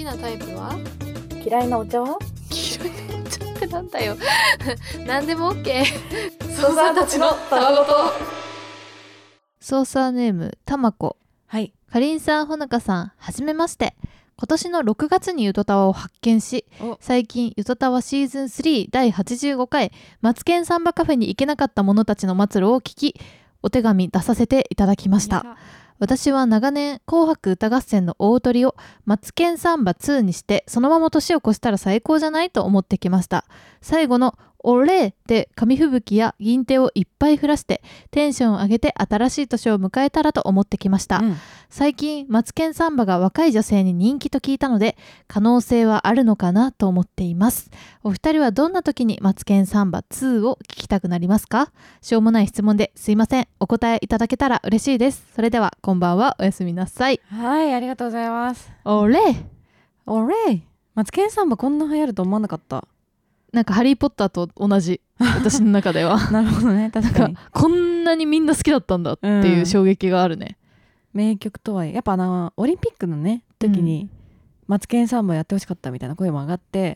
きなタイプは？ 嫌いなお茶は？ 嫌いなお茶ってなんだよ何でも OK ソーサーたちのたわごと。 ソーサーネームたまこ。 はい、 かりんさん、ほのかさん、はじめまして。今年の6月にゆとたわを発見し、最近ゆとたわシーズン3第85回マツケンサンバカフェに行けなかった者たちの末路を聞き、お手紙出させていただきました。私は長年紅白歌合戦の大トリをマツケンサンバ2にしてそのまま年を越したら最高じゃないと思ってきました。最後のオレで紙吹雪や銀手をいっぱい降らしてテンションを上げて新しい年を迎えたらと思ってきました、最近マツケンサンバが若い女性に人気と聞いたので可能性はあるのかなと思っています。お二人はどんな時にマツケンサンバ2を聞きたくなりますか？しょうもない質問ですいません。お答えいただけたら嬉しいです。それではこんばんは、おやすみなさい。 はい、ありがとうございます。 オレマツケンサンバこんな流行ると思わなかった。 なんかハリーポッターと同じ私の中ではなるほどね、確かにこんなにみんな好きだったんだっていう衝撃があるね、 名曲とはいえやっぱオリンピックのね時に、マツケンサンバやってほしかったみたいな声も上がって、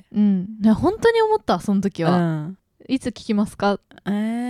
本当に思ったその時は、いつ聞きますか？ で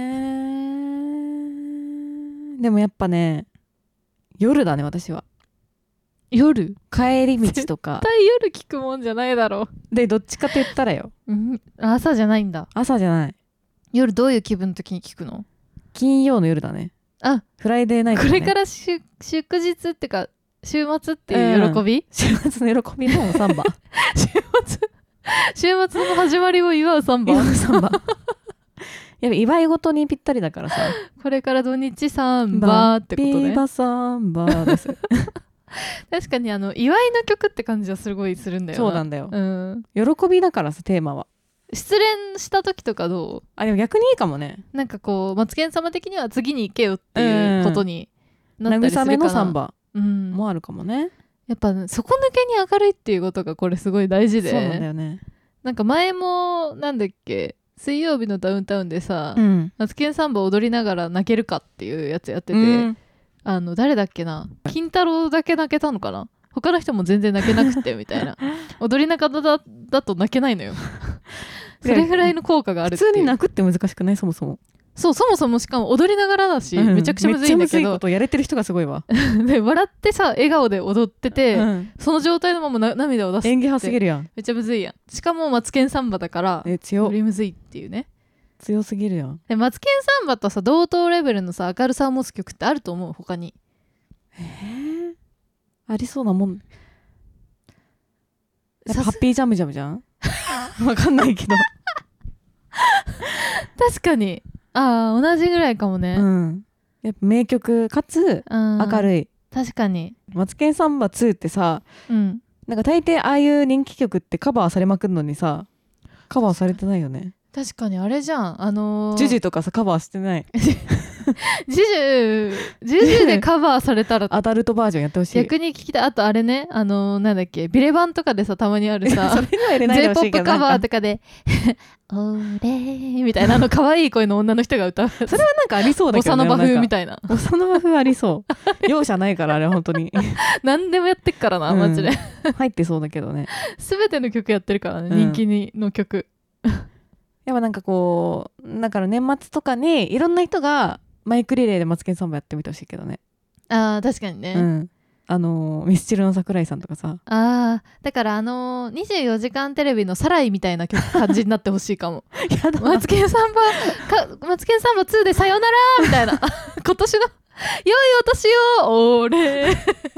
もやっぱね夜だね。私は夜帰り道とか絶対夜聞くもんじゃないだろうで、どっちかって言ったらよ、 朝じゃないんだ。 朝じゃない。 夜どういう気分の時に聞くの？ 金曜の夜だね。フライデーナイト、ね、 これから祝日ってか週末っていう喜び、 週末の喜びのサンバ週末の始まりを祝うサンバやっぱ祝い事にぴったりだからさ。 これから土日サンバってことね。 ビーバサンバです確かに祝いの曲って感じはすごいするんだよな。 そうなんだよ、喜びだからさ。テーマは失恋した時とかどう？ でも逆にいいかもね。 なんかこうマツケン様的には次に行けよっていうことになったりするかな。 慰めのサンバもあるかもね、 やっぱ底抜けに明るいっていうことがこれすごい大事で。 そうなんだよね。 なんか前もなんだっけ、水曜日のダウンタウンでさ、マツケンサンバ踊りながら泣けるかっていうやつやってて、誰だっけな、金太郎だけ泣けたのかな、他の人も全然泣けなくてみたいな踊りながらだと泣けないのよそれぐらいの効果があるっていう。 普通に泣くって難しくない？そもそも。 そう、そもそもしかも踊りながらだし、めちゃくちゃむずいんだけど、めっちゃむずいことやれてる人がすごいわで笑ってさ笑顔で踊ってて、その状態のまま涙を出すって演技派すぎるやん。 めっちゃむずいやん。しかもマツケンサンバだからよりむずいっていうね。 強すぎるやん。 でマツケンサンバとさ同等レベルのさ明るさを持つ曲ってあると思う？他にありそうなもん。やっぱハッピージャムジャムじゃんわかんないけど確かに同じぐらいかもね、 やっぱ名曲かつ明るい。 確かにマツケンサンバ2ってさ、なんか大抵ああいう人気曲ってカバーされまくるのにさカバーされてないよね。 確かにあれじゃん、 ジュジュとかさカバーしてないジュジュでカバーされたらアダルトバージョンやってほしい。 逆に聞きたい。あとあれね、なんだっけ、ビレバンとかでさたまにあるさそれには入れないでほしいけど J-POP カバーとかでオレみたいな可愛い声の女の人が歌うそれはなんかありそうだけどね。 ボサノバ風みたいな。 ボサノバ風ありそう容赦ないからあれ本当に何でもやってっからな、マジで入ってそうだけどね。 全ての曲やってるからね、人気の曲やっぱなんかこうだから年末とかにいろんな人がマイクリレーでマツケンサンバやってみてほしいけどね。 確かにね、 ミスチルの桜井さんとかさ。 だから24時間テレビのサライみたいな感じになってほしいかもやだマツケンサンバ2でさよならみたいな今年の良いお年を俺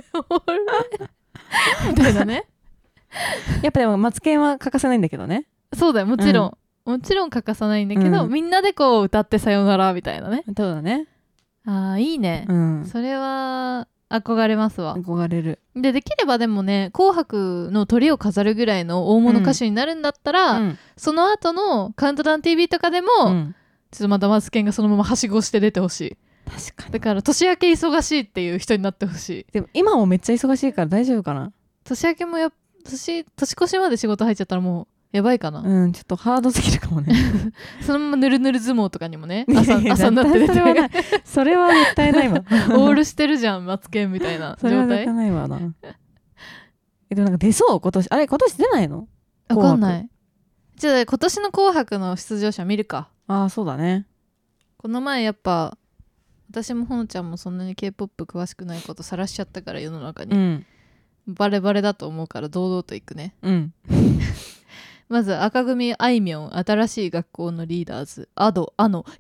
みたいなねやっぱでもマツケンは欠かせないんだけどね。 そうだよ、もちろん欠かさないんだけど、みんなでこう歌ってさよならみたいなね。 そうだね。 いいね、それは憧れますわ。 憧れる。 できればでもね、紅白のトリを飾るぐらいの大物歌手になるんだったら、その後のカウントダウン TV とかでも、ちょっとまたマツケンがそのままはしごして出てほしい。 確かに。 だから年明け忙しいっていう人になってほしい。 でも今もめっちゃ忙しいから大丈夫かな。 年明けも年越しまで仕事入っちゃったらもうやばいかな。 ちょっとハードすぎるかもねそのままぬるぬる相撲とかにもね、朝になって出てそれは絶対ないわオールしてるじゃんマツケンみたいな状態。 それは絶対ないわなでもなんか出そう今年。あれ今年出ないの？ わかんない。じゃあ今年の紅白の出場者見るか。 ああそうだね。 この前やっぱ私もほのちゃんもそんなに K-POP 詳しくないことさらしちゃったから世の中に、うん、バレバレだと思うから堂々といくね。 うんまず赤組あいみょん、新しい学校のリーダーズ、アド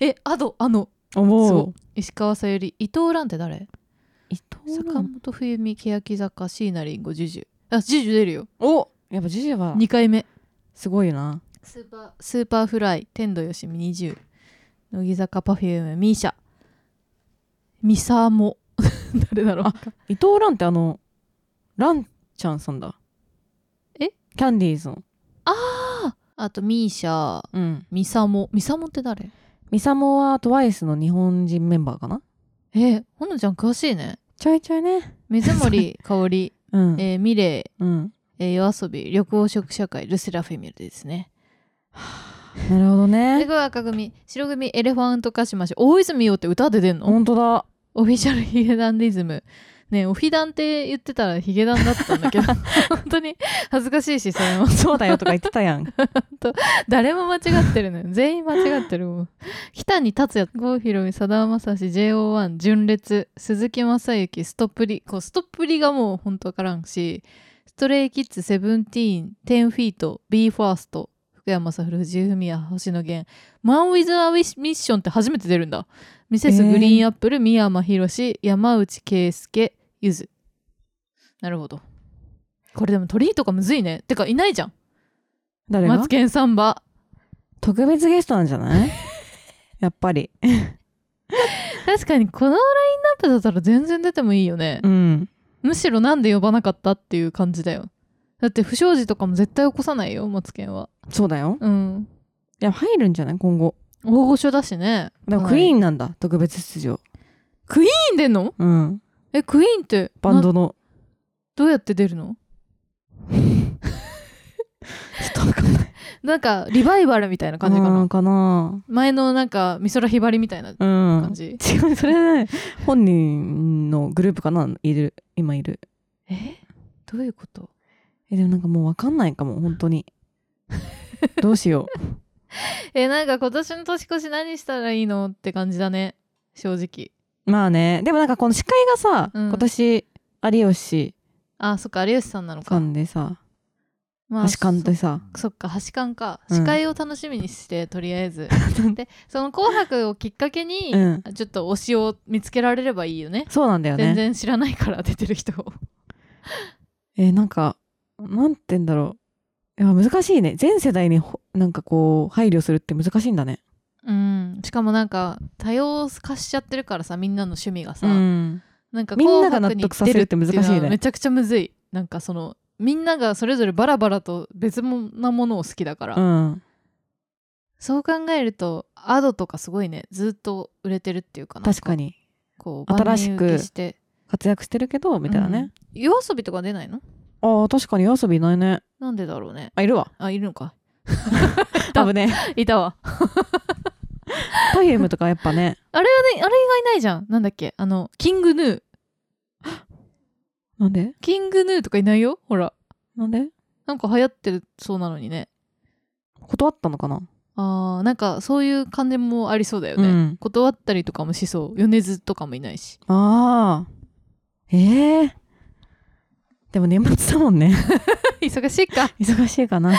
そう石川さゆり、伊藤蘭って誰？坂本冬美、欅坂、椎名林檎、ジュジュ。あ、ジュジュ出るよ。 お、やっぱジュジュは 2回目すごいよな。 スーパーフライ、天童よしみ20、乃木坂、パフューム、ミーシャ、ミサモ誰だろう。あ、 伊藤蘭ってランちゃんさんだ。キャンディーズの。 あとミーシャ、うん、ミサモって誰？ ミサモは TWICE の日本人メンバーかな。 ほのちゃん詳しいね。 ちょいちょいね。 水森かおり、うん、ミレイ、うん、夜遊び、緑黄色社会、ルセラフェミルですね。 なるほどね。 でこれ赤組、白組、エレファントカシマシ、大泉洋って歌で出んの？ ほんとだ。 オフィシャルヒゲダンディズムね。オフィダンって言ってたらヒゲダンだったんだけど本当に恥ずかしいし、それもそうだよとか言ってたやん誰も間違ってるのよ。全員間違ってるもん。北に達也、郷ひろみ、さだまさし、 JO1、純烈、鈴木雅之、ストップリがもうほんとわからんし、ストレイキッズ、セブンティーン、10フィート、ビーファースト、福山雅治、藤井フミヤ、星野源、マン・ウィズ・ア・ミッションって初めて出るんだ。ミセスグリーンアップル、三山ひろし、山内圭介、ゆず。なるほど。これでも鳥居とかむずいね。てかいないじゃん。 誰が？ マツケンサンバ特別ゲストなんじゃないやっぱり確かにこのラインナップだったら全然出てもいいよね、うん、むしろなんで呼ばなかったっていう感じだよ。だって不祥事とかも絶対起こさないよ、マツケンは。 そうだよ。うん。いや入るんじゃない今後。 大御所だしね。 でもクイーンなんだ、はい、特別出場。 クイーン出んの？うん。クイーンってバンドのどうやって出るの？ ちょっと分かんない。 なんかリバイバルみたいな感じかな。 前のなんか美空ひばりみたいな感じ、 違う、それ、ね、本人のグループかな。今いる。 どういうこと？ でもなんかもう分かんないかも本当にどうしようなんか今年の年越し何したらいいのって感じだね、正直。 まあね。でもなんかこの司会がさ、今年有吉、 あ、そっか、有吉さんなのか。 さんでさ、まあ、橋勘でさ、 そっか、橋勘か、司会を楽しみにしてとりあえずでその紅白をきっかけに、ちょっと推しを見つけられればいいよね。 そうなんだよね。 全然知らないから出てる人をなんかなんて言うんだろう。いや難しいね。全世代になんかこう配慮するって難しいんだね。 うん、しかもなんか多様化しちゃってるからさ、みんなの趣味がさ、なんかみんなが納得させるって難しいね。 めちゃくちゃむずい。なんかそのみんながそれぞれバラバラと別なものを好きだから、そう考えるとアドとかすごいね、ずっと売れてるっていうかな。 確かにこう新しく活躍してるけどみたいなね。 夜遊びとか出ないの？ あ、確かに夜遊びいないね。 なんでだろうね。 あ、いるわ。 あ、いるのか多分ねいたわパフュームとかやっぱねあれはね、あれがいないじゃん。なんだっけ、キングヌー。 なんで？ キングヌーとかいないよ、ほら。 なんで？ なんか流行ってるそうなのにね。 断ったのかな。 なんかそういう感じもありそうだよね、断ったりとかもしそう。米津とかもいないし。 でも年末だもんね忙しいか。 忙しいかな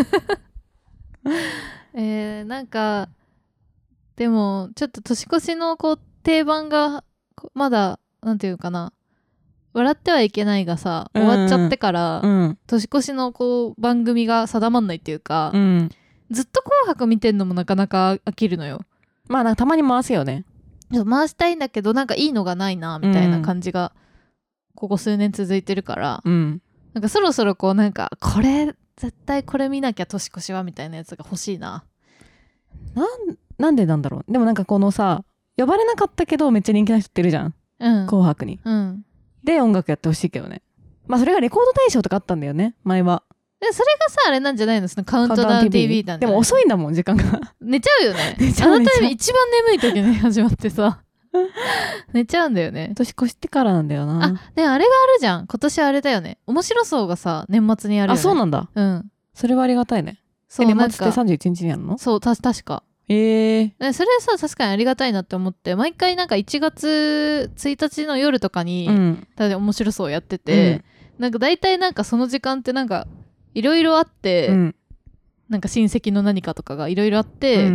なんかでもちょっと年越しのこう定番がまだなんていうかな、笑ってはいけないがさ、終わっちゃってから、年越しのこう番組が定まんないっていうか、ずっと紅白見てんのもなかなか飽きるのよ。 まあなんかたまに回すよね。 回したいんだけどなんかいいのがないなみたいな感じがここ数年続いてるから、なんかそろそろこうなんかこれ絶対これ見なきゃ年越しはみたいなやつが欲しいな。 なんでなんだろう。でもなんかこのさ、呼ばれなかったけどめっちゃ人気な人っているじゃん、紅白に、で音楽やってほしいけどね。まあそれがレコード大賞とかあったんだよね前は。 でそれがさあれなんじゃないの、そのカウントダウン TV なんじゃない？ でも遅いんだもん時間が寝ちゃうよね。あのタイム一番眠い時に始まってさ寝ちゃうんだよね。 年越してからなんだよな。 であれがあるじゃん。今年あれだよね。面白そうがさ年末にやるよね。 そうなんだ。それはありがたいね。そう、年末って31日にやるの？そう、確か。それさ確かにありがたいなって思って、毎回なんか1月1日の夜とかに、ただ面白そうやってて、なんか大体なんかその時間ってなんかいろいろあって、なんか親戚の何かとかがいろいろあって、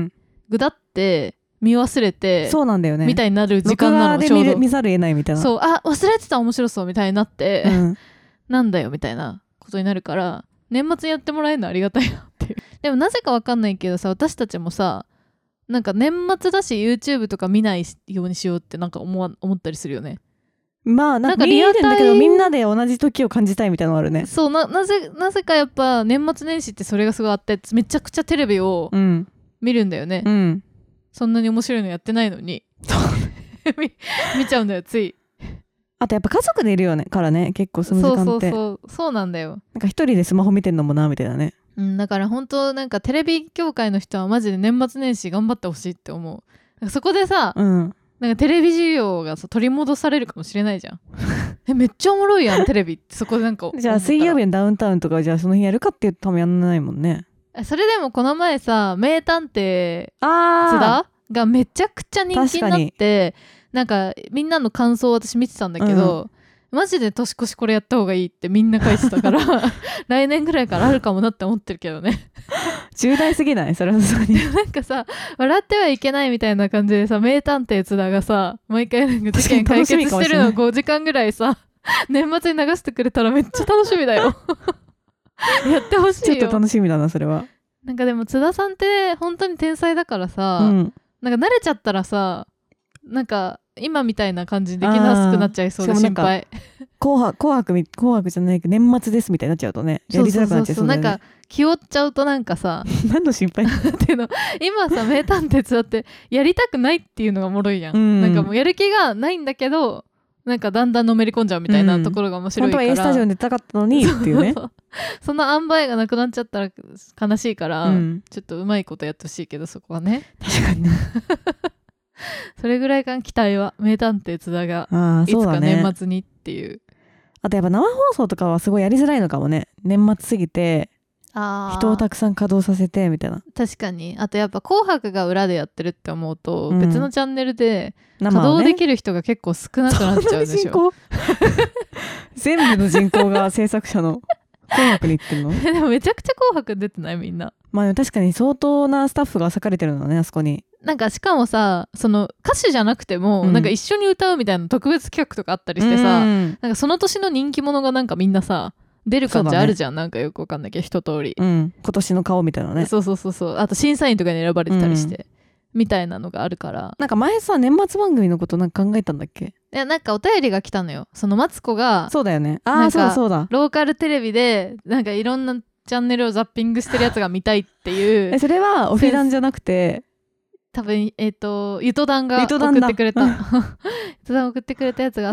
ぐだって見忘れて、 そうなんだよね、 みたいになる時間なの。 録画で見ざるを得ないみたいな。 そう、忘れてた面白そうみたいになって、なんだよみたいなことになるから、年末にやってもらえるのありがたいなっていう。でもなぜかわかんないけどさ、私たちもさ、なんか年末だし YouTube とか見ないようにしようってなんか思ったりするよね。 まあなんかリアルだけどみんなで同じ時を感じたいみたいなのあるね。 そう、なぜかやっぱ年末年始ってそれがすごいあって、めちゃくちゃテレビを見るんだよね。そんなに面白いのやってないのに見ちゃうんだよつい。 あとやっぱ家族でいるよねからね、結構その時間って。 そうなんだよ。 なんか一人でスマホ見てんのもなみたいなね。 だから本当なんかテレビ業界の人はマジで年末年始頑張ってほしいって思う。なんかそこでさ、なんかテレビ需要がさ取り戻されるかもしれないじゃんめっちゃおもろいやんテレビってそこでなんかじゃあ水曜日のダウンタウンとかじゃあその日やるかって言うと多分やんないもんね。 それでもこの前さ名探偵津田がめちゃくちゃ人気になって、なんかみんなの感想を私見てたんだけど、マジで年越しこれやった方がいいってみんな書いてたから来年ぐらいからあるかもなって思ってるけどね重大すぎない？それはさすがになんかさ笑ってはいけないみたいな感じでさ名探偵津田がさ毎回なんか事件解決してるのを5時間ぐらいさ年末に流してくれたらめっちゃ楽しみだよやってほしいよ。 ちょっと楽しみだなそれは。 なんかでも津田さんって本当に天才だからさ、なんか慣れちゃったらさなんか今みたいな感じできなくなっちゃいそうで心配。 紅白じゃないけど年末ですみたいになっちゃうとね、やりづらくなっちゃいそうだよね。 なんか気負っちゃうとなんかさ何の心配っていうの今さ名探偵だってやりたくないっていうのがおもろいやん、なんかもうやる気がないんだけどなんかだんだんのめり込んじゃうみたいなところが面白いから、 本当は A スタジオに出たかったのにっていうねその塩梅がなくなっちゃったら悲しいから、ちょっとうまいことやってほしいけどそこはね。 確かにねそれぐらいか期待は名探偵津田がいつか年末にっていう。 あとやっぱ生放送とかはすごいやりづらいのかもね、年末すぎて人をたくさん稼働させてみたいな。 確かに。あとやっぱ紅白が裏でやってるって思うと、別のチャンネルで稼働できる人が結構少なくなっちゃうでしょ。 全部の人口が制作者の紅白に行ってんのでもめちゃくちゃ紅白出てないみんな。 まあ確かに相当なスタッフが割かれてるのねあそこに。 なんかしかもさその歌手じゃなくても、なんか一緒に歌うみたいな特別企画とかあったりしてさ、なんかその年の人気者がなんかみんなさ出る感じあるじゃん、なんかよくわかんないけど一通り、今年の顔みたいなね。 そうあと審査員とかに選ばれてたりして、みたいなのがあるから。 なんか前さ年末番組のことなんか考えたんだっけ？ いやなんかお便りが来たのよ。そのマツコがそうだよね。そうだローカルテレビでなんかいろんなチャンネルをザッピングしてるやつが見たいっていうそれはオフィダンじゃなくて多分ゆとだんが送ってくれたゆとだん送ってくれたやつがあって、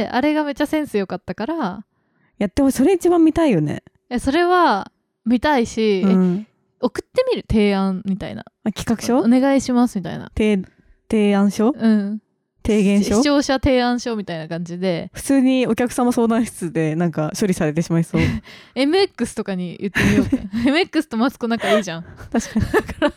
あれがめっちゃセンス良かったからやってほしい。それ一番見たいよね。 それは見たいし、送ってみる提案みたいな。 企画書お願いしますみたいな。 提案書提言書視聴者提案書みたいな感じで普通にお客様相談室でなんか処理されてしまいそう MX とかに言ってみようかMX とマツコ仲いいじゃん確かにだから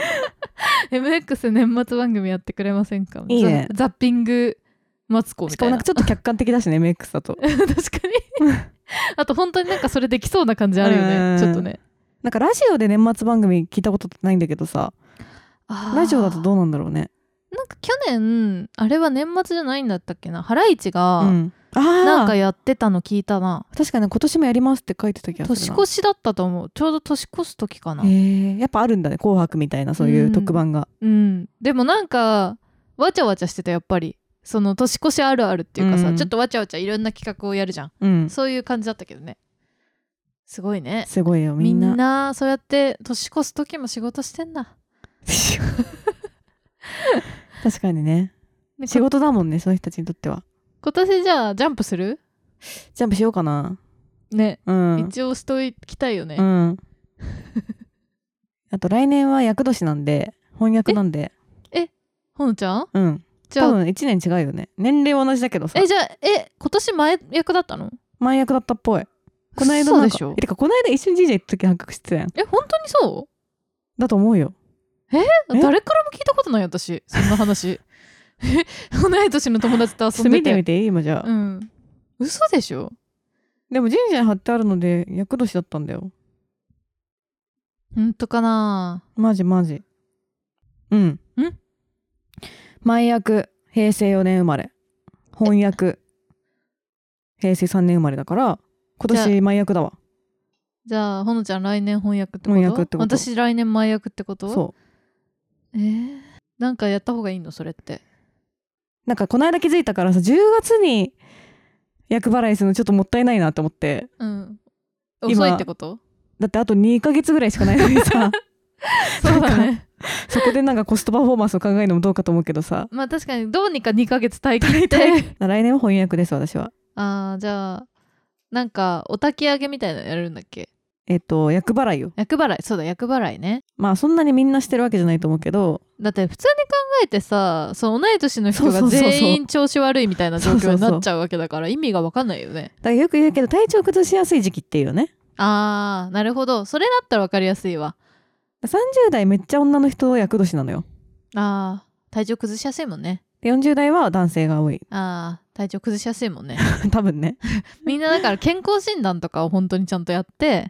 MX 年末番組やってくれませんか？ いいね。 ザッピングマツコみたいな。 しかもなんかちょっと客観的だしねMX だと確かにあと本当になんかそれできそうな感じあるよねちょっとね。 なんかラジオで年末番組聞いたことないんだけどさ、ラジオだとどうなんだろうね。 なんか去年あれは年末じゃないんだったっけな、ハライチがなんかやってたの聞いたな。 確かに今年もやりますって書いてた気がするな。 年越しだったと思う。ちょうど年越す時かな。 やっぱあるんだね紅白みたいなそういう特番が。 でもなんかわちゃわちゃしてたやっぱりその年越しあるあるっていうかさ、ちょっとわちゃわちゃいろんな企画をやるじゃん、そういう感じだったけどね。すごいね。 すごいよみんなそうやって年越す時も仕事してんだ確かにね。仕事だもんねその人たちにとっては。 今年じゃあジャンプする？ ジャンプしようかなね、一応しときたいよね。 あと来年は厄年なんで翻訳なんで。 ほのちゃん？ じゃあ多分1年違うよね。年齢は同じだけどさ。 じゃあ今年前役だったの？ 前役だったっぽい。この間そうでしょ。 てかこの間一緒に神社行った時発覚してたやん。 本当にそうだと思うよ。 誰からも聞いたことない私そんな話同い年の友達と遊んでて。 ちょっと見てみて今じゃあ。 嘘でしょ。 でも神社に貼ってあるので厄年だったんだよ。 本当かな。 マジ前役平成4年生まれ、翻訳平成3年生まれだから今年前役だわ。 じゃあほのちゃん来年翻訳ってこと？私来年前役ってこと？ そう。 なんかやった方がいいのそれって。 なんかこの間気づいたからさ、10月に厄払いするのちょっともったいないなって思って。 遅いってこと？ だってあと2ヶ月ぐらいしかないのにさそうだねそこでなんかコストパフォーマンスを考えるのもどうかと思うけどさ。 まあ確かにどうにか2ヶ月耐え切って来年は翻訳です私は。 じゃあなんかお焚き上げみたいなのやるんだっけ？ 厄払いよ。 厄払い、そうだ厄払いね。 まあそんなにみんなしてるわけじゃないと思うけど、 だって普通に考えてさ、同い年の人が全員調子悪いみたいな状況になっちゃうわけだから意味が分かんないよね。 だからよく言うけど体調崩しやすい時期っていうよね。 なるほど、それだったら分かりやすいわ。 30代めっちゃ女の人厄年なのよ。 体調崩しやすいもんね。 で40代は男性が多い。 体調崩しやすいもんね多分ねみんなだから健康診断とかを本当にちゃんとやって、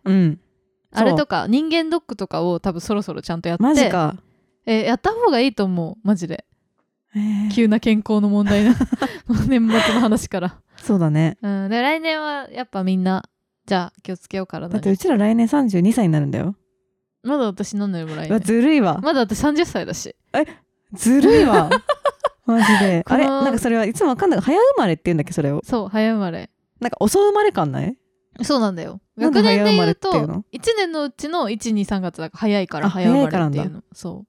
あれとか人間ドックとかを多分そろそろちゃんとやって。 マジか。 やった方がいいと思うマジで。急な健康の問題な年末の話からそうだね。 で来年はやっぱみんなじゃあ気をつけようからね。 だってうちら来年32歳になるんだよ。 まだ私何年も来年。 ずるいわ。 まだ私30歳だし。 ずるいわマジで。あれなんかそれはいつもわかんない。早生まれって言うんだっけそれを。 そう早生まれ。 なんか遅生まれ感ない？ そうなんだよ。学年で言うと1年のうちの 1,2,3 月だから早いから早生まれっていうの。そう。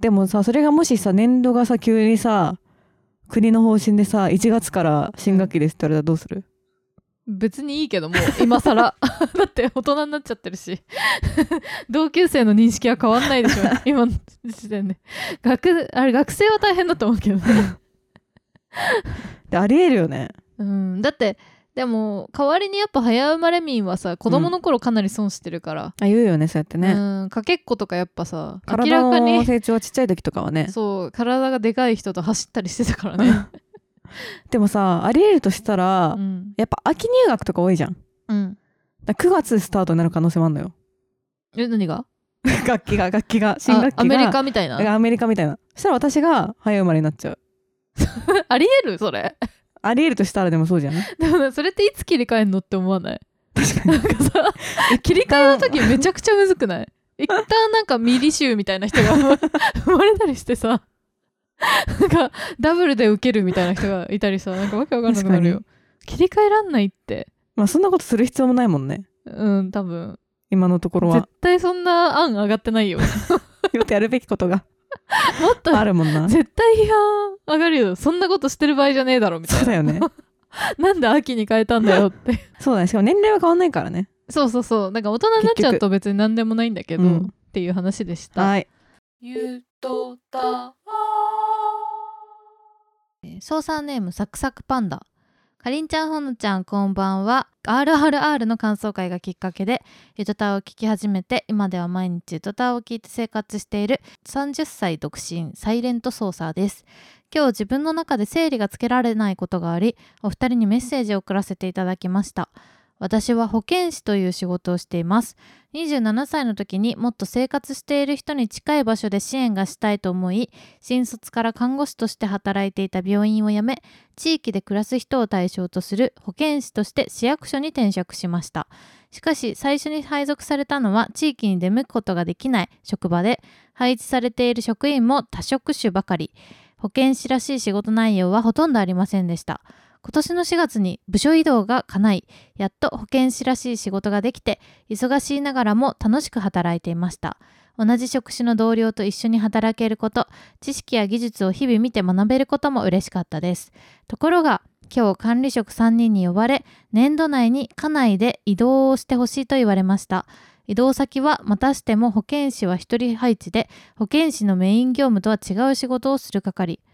でもさそれがもしさ年度がさ急にさ国の方針でさ1月から新学期ですって言われたらどうする？ 別にいいけども今更だって大人になっちゃってるし同級生の認識は変わんないでしょ今の時点で。学生は大変だと思うけどねでありえるよね。 だってでも代わりにやっぱ早生まれ民はさ子供の頃かなり損してるから、 言うよねそうやってね。 かけっことかやっぱさ明らかに体の成長はちっちゃい時とかはね。 そう体がでかい人と走ったりしてたからねでもさありえるとしたら、やっぱ秋入学とか多いじゃん。だ9月スタートになる可能性もあるのよ。 何が楽器が新学期がアメリカみたいな。 そしたら私が早生まれになっちゃうありえるそれありえるとしたらでもそうじゃん。 でもねそれっていつ切り替えんのって思わない？ 確かになんかさ切り替えの時めちゃくちゃむずくない？一旦なんかミリ臭みたいな人が生まれたりしてさなんかダブルで受けるみたいな人がいたりさなんかわけわかんなくなるよ。切り替えらんないって。 まあそんなことする必要もないもんね。 多分今のところは絶対そんな案上がってないよよってやるべきことがもっとあるもんな。 絶対批判上がるよ。そんなことしてる場合じゃねえだろみたいな。 そうだよねなんで秋に変えたんだよってそうだね。しかも年齢は変わんないからね。 そうなんか大人になっちゃうと別に何でもないんだけど、っていう話でした。 はい。 ゆとた操作ネームサクサクパンダ。かりんちゃんほのちゃんこんばんは。 RRR の感想会がきっかけでゆとたを聞き始めて今では毎日ゆとたを聞いて生活している30歳独身サイレント操作です。今日自分の中で整理がつけられないことがありお二人にメッセージを送らせていただきました。私は保健師という仕事をしています。27歳の時にもっと生活している人に近い場所で支援がしたいと思い、新卒から看護師として働いていた病院を辞め、地域で暮らす人を対象とする保健師として市役所に転職しました。しかし最初に配属されたのは地域に出向くことができない職場で、配置されている職員も多職種ばかり。保健師らしい仕事内容はほとんどありませんでした。今年の4月に部署異動が叶い、やっと保健師らしい仕事ができて、忙しいながらも楽しく働いていました。同じ職種の同僚と一緒に働けること、知識や技術を日々見て学べることも嬉しかったです。ところが、今日管理職3人に呼ばれ、年度内に課内で異動をしてほしいと言われました。移動先はまたしても保健師は一人配置で、保健師のメイン業務とは違う仕事をする係。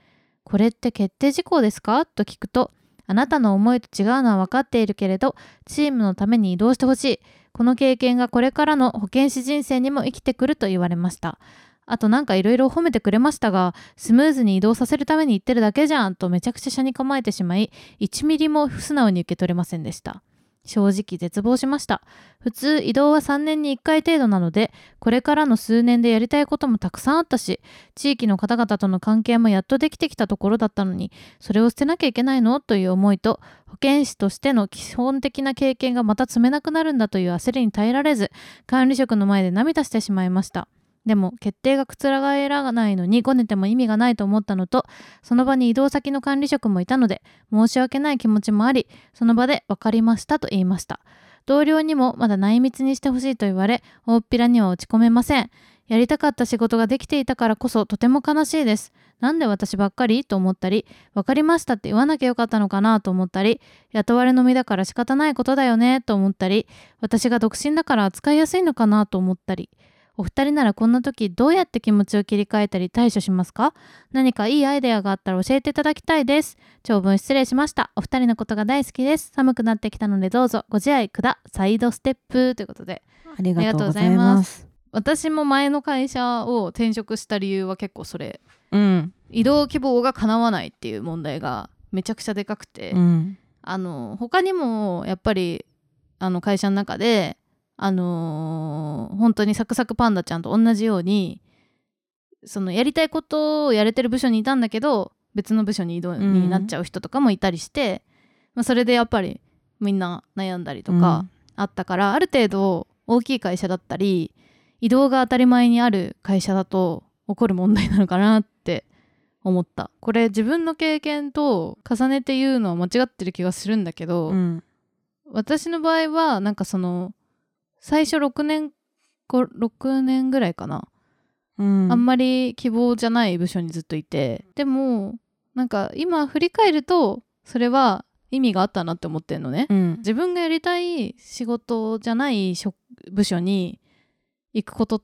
これって決定事項ですかと聞くと、あなたの思いと違うのは分かっているけれど、チームのために移動してほしい。この経験がこれからの保健師人生にも生きてくると言われました。あとなんかいろいろ褒めてくれましたが、スムーズに移動させるために言ってるだけじゃんとめちゃくちゃ車に構えてしまい、1ミリも素直に受け取れませんでした。正直絶望しました。普通移動は3年に1回程度なので、これからの数年でやりたいこともたくさんあったし、地域の方々との関係もやっとできてきたところだったのに、それを捨てなきゃいけないのという思いと、保健師としての基本的な経験がまた積めなくなるんだという焦りに耐えられず、管理職の前で涙してしまいました。でも決定が覆らないのにごねても意味がないと思ったのと、その場に移動先の管理職もいたので申し訳ない気持ちもあり、その場で分かりましたと言いました。同僚にもまだ内密にしてほしいと言われ、大っぴらには落ち込めません。やりたかった仕事ができていたからこそとても悲しいです。なんで私ばっかりと思ったり、分かりましたって言わなきゃよかったのかなと思ったり、雇われの身だから仕方ないことだよねと思ったり、私が独身だから扱いやすいのかなと思ったり。お二人ならこんな時どうやって気持ちを切り替えたり対処しますか？何かいいアイデアがあったら教えていただきたいです。長文失礼しました。お二人のことが大好きです。寒くなってきたのでどうぞご自愛くだサイドステップということで、 ありがとうございます。 私も前の会社を転職した理由は結構それ、 移動希望が叶わないっていう問題がめちゃくちゃでかくて、他にもやっぱり会社の中で本当にサクサクパンダちゃんと同じようにそのやりたいことをやれてる部署にいたんだけど別の部署に移動になっちゃう人とかもいたりして、それでやっぱりみんな悩んだりとかあったから、ある程度大きい会社だったり移動が当たり前にある会社だと起こる問題なのかなって思った。これ自分の経験と重ねて言うのは間違ってる気がするんだけど、私の場合はなんかその最初6年ぐらいかな、あんまり希望じゃない部署にずっといて、でもなんか今振り返るとそれは意味があったなって思ってんのね、自分がやりたい仕事じゃない部署に行くことって、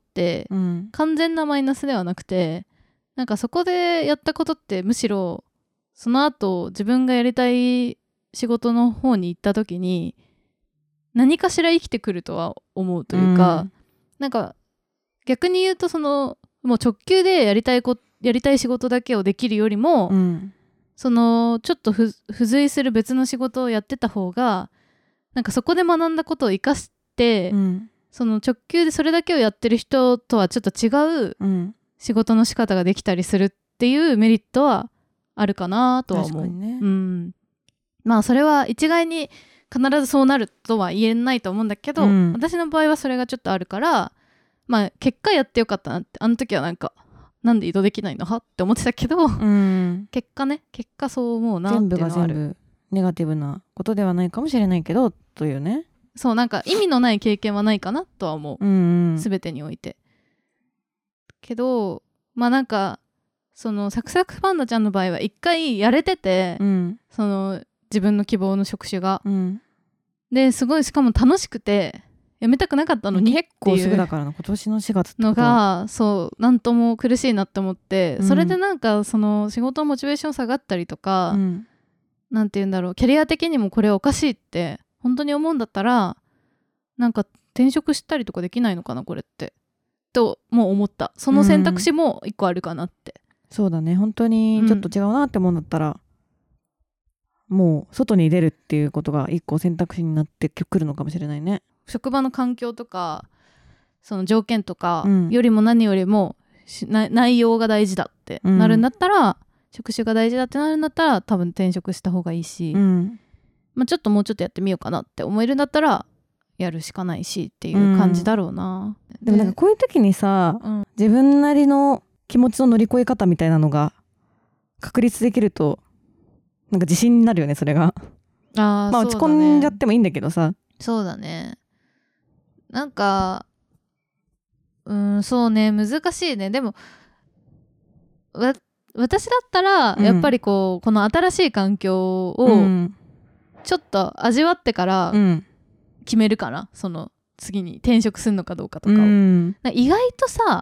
完全なマイナスではなくて、なんかそこでやったことってむしろその後自分がやりたい仕事の方に行った時に何かしら生きてくるとは思うというか、なんか逆に言うとそのもう直球でやりたい仕事だけをできるよりも、そのちょっと付随する別の仕事をやってた方がなんかそこで学んだことを生かして、その直球でそれだけをやってる人とはちょっと違う仕事の仕方ができたりするっていうメリットはあるかなとは思う。確かにね。まあそれは一概に必ずそうなるとは言えないと思うんだけど、私の場合はそれがちょっとあるから、まあ結果やってよかったなって、あの時はなんで移動できないのはって思ってたけど、結果そう思うなっていうのはある。全部が全部ネガティブなことではないかもしれないけどというね。 そう、なんか意味のない経験はないかなとは思う、全てにおいて。けどまあなんかそのサクサクパンダちゃんの場合は一回やれてて、その自分の希望の職種が、ですごいしかも楽しくてやめたくなかったのに結構すぐだからな、今年の4月ってのがそうなんとも苦しいなって思って、それでなんかその仕事のモチベーション下がったりとか、なんて言うんだろう、キャリア的にもこれおかしいって本当に思うんだったらなんか転職したりとかできないのかなこれってともう思った。その選択肢も一個あるかなって、 そうだね、本当にちょっと違うなって思うんだったら、もう外に出るっていうことが一個選択肢になってくるのかもしれないね。 職場の環境とかその条件とかよりも何よりも、内容が大事だってなるんだったら、職種が大事だってなるんだったら多分転職した方がいいし、まあ、ちょっともうちょっとやってみようかなって思えるんだったらやるしかないしっていう感じだろうな、 でもなんかこういう時にさ、自分なりの気持ちの乗り越え方みたいなのが確立できるとなんか自信になるよね、それが。まあ落ち込んじゃってもいいんだけどさ。 そうだね。なんかそうね、難しいね。でも私だったらやっぱりこの新しい環境をちょっと味わってから決めるかな、その次に転職するのかどうかとかを、意外とさ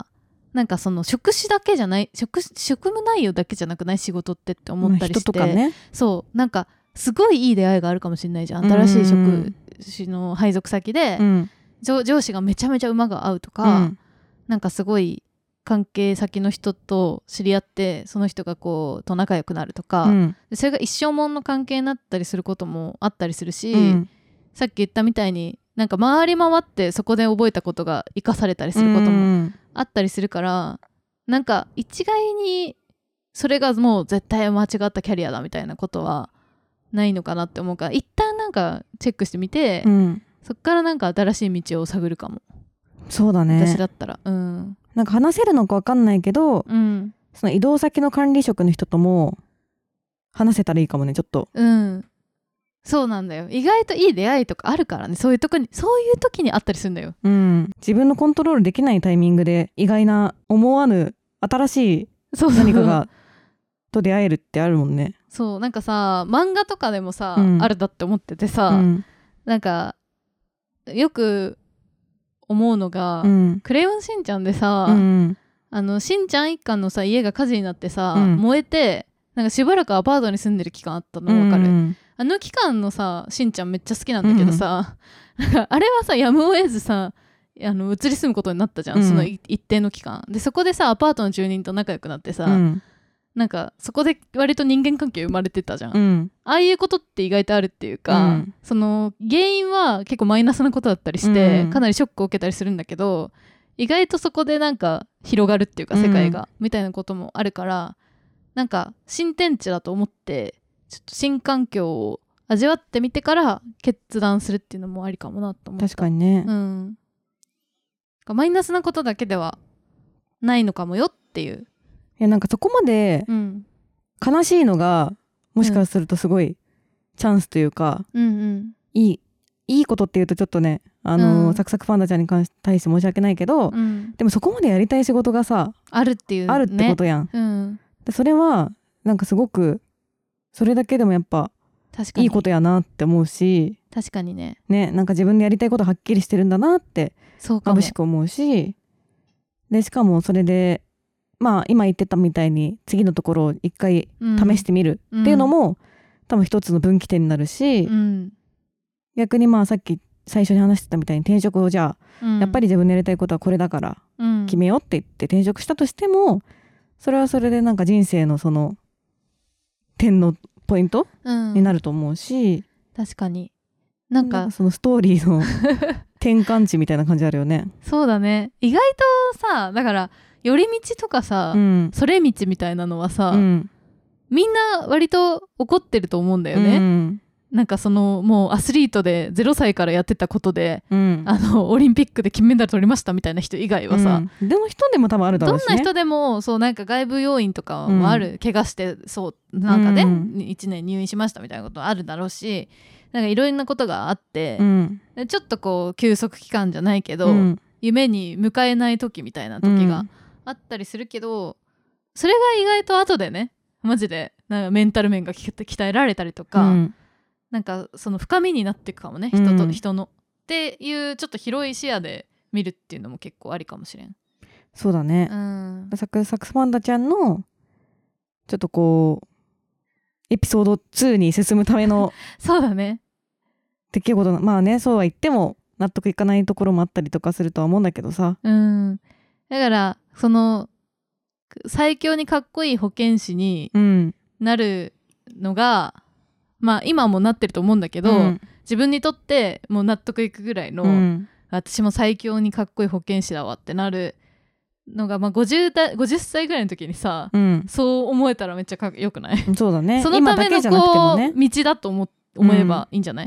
なんかその職種だけじゃない職務内容だけじゃなくない仕事って思ったりして、 人とかね、 そうなんかすごいいい出会いがあるかもしれないじゃん。新しい職種の配属先で、上司がめちゃめちゃ馬が合うとか、なんかすごい関係先の人と知り合ってその人がこうと仲良くなるとか、それが一生もんの関係になったりすることもあったりするし、さっき言ったみたいになんか回り回ってそこで覚えたことが生かされたりすることもあったりするから、なんか一概にそれがもう絶対間違ったキャリアだみたいなことはないのかなって思うから、一旦なんかチェックしてみて、そっからなんか新しい道を探るかも。 そうだね、 私だったら。 なんか話せるのか分かんないけど、その移動先の管理職の人とも話せたらいいかもね、ちょっと。 そうなんだよ。意外といい出会いとかあるからね。そういう時にあったりするんだよ。 自分のコントロールできないタイミングで意外な思わぬ新しい何かがと出会えるってあるもんね。 そうなんかさ、漫画とかでもさ、あるだって思っててさ、なんかよく思うのが、クレヨンしんちゃんでさ、しんちゃん一家のさ家が火事になってさ、燃えてなんかしばらくアパートに住んでる期間あったの分かる？あの期間のさしんちゃんめっちゃ好きなんだけどさ、あれはさやむを得ずさ移り住むことになったじゃん、その一定の期間で。そこでさアパートの住人と仲良くなってさ、なんかそこで割と人間関係生まれてたじゃん、ああいうことって意外とあるっていうか、その原因は結構マイナスなことだったりして、かなりショックを受けたりするんだけど、意外とそこでなんか広がるっていうか世界が、みたいなこともあるから、なんか新天地だと思ってちょっと新環境を味わってみてから決断するっていうのもありかもなと思った。 確かにね、 マイナスなことだけではないのかもよっていう。 いやなんかそこまで悲しいのがもしかするとすごいチャンスというか、いいことっていうとちょっとねサクサクパンダちゃんに対して申し訳ないけど、でもそこまでやりたい仕事がさあるっていう、ね、 あるってことやん、でそれはなんかすごくそれだけでもやっぱいいことやなって思うし、 確かにね、 なんか自分でやりたいことはっきりしてるんだなって眩しく思うし、でしかもそれでまあ今言ってたみたいに次のところを一回試してみるっていうのも、多分一つの分岐点になるし、逆にまあさっき最初に話してたみたいに転職をじゃあ、やっぱり自分のやりたいことはこれだから決めようって言って転職したとしても、それはそれでなんか人生のその点のポイント、になると思うし、 確かになんかそのストーリーの転換値みたいな感じあるよね。 そうだね、意外とさ、だから寄り道とかさ、それ道みたいなのはさ、みんな割と怒ってると思うんだよね、なんかそのもうアスリートで0歳からやってたことで、オリンピックで金メダル取りましたみたいな人以外はさ、 どの人でも多分あるだろうしね。 どんな人でもそうなんか外部要因とかもある、怪我してそうなんかね、1年入院しましたみたいなことあるだろうし、なんかいろんなことがあって、ちょっとこう休息期間じゃないけど、夢に迎えない時みたいな時があったりするけど、それが意外と後でねマジでなんかメンタル面が鍛えられたりとか、なんかその深みになっていくかもね、人と人の、っていうちょっと広い視野で見るっていうのも結構ありかもしれん。 そうだね、サクサクパンダちゃんのちょっとこうエピソード2に進むためのそうだね、 出来事まあね、そうは言っても納得いかないところもあったりとかするとは思うんだけどさ、 だからその最強にかっこいい保健師になるのが、まあ今もなってると思うんだけど、自分にとってもう納得いくぐらいの、私も最強にかっこいい保健師だわってなるのが、まあ、50歳ぐらいの時にさ、そう思えたらめっちゃよくない？ そうだね。 そのためのこう道だと思えばいいんじゃない？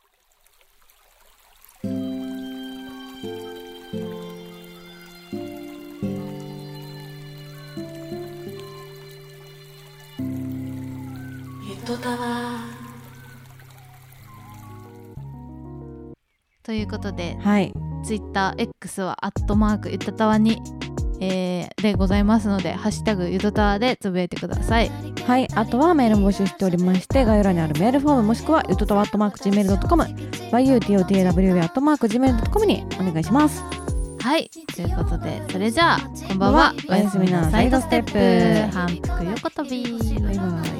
ということで、TwitterX は@ゆとたわに、でございますので、ハッシュタグゆとたわでつぶやいてください。 はい、あとはメールも募集しておりまして、概要欄にあるメールフォームもしくはゆとたわ@gmail.com、yutotawa@gmail.com にお願いします。 はいということでそれじゃあこんばんはおやすみなサイドステップ反復横跳びバイバイ。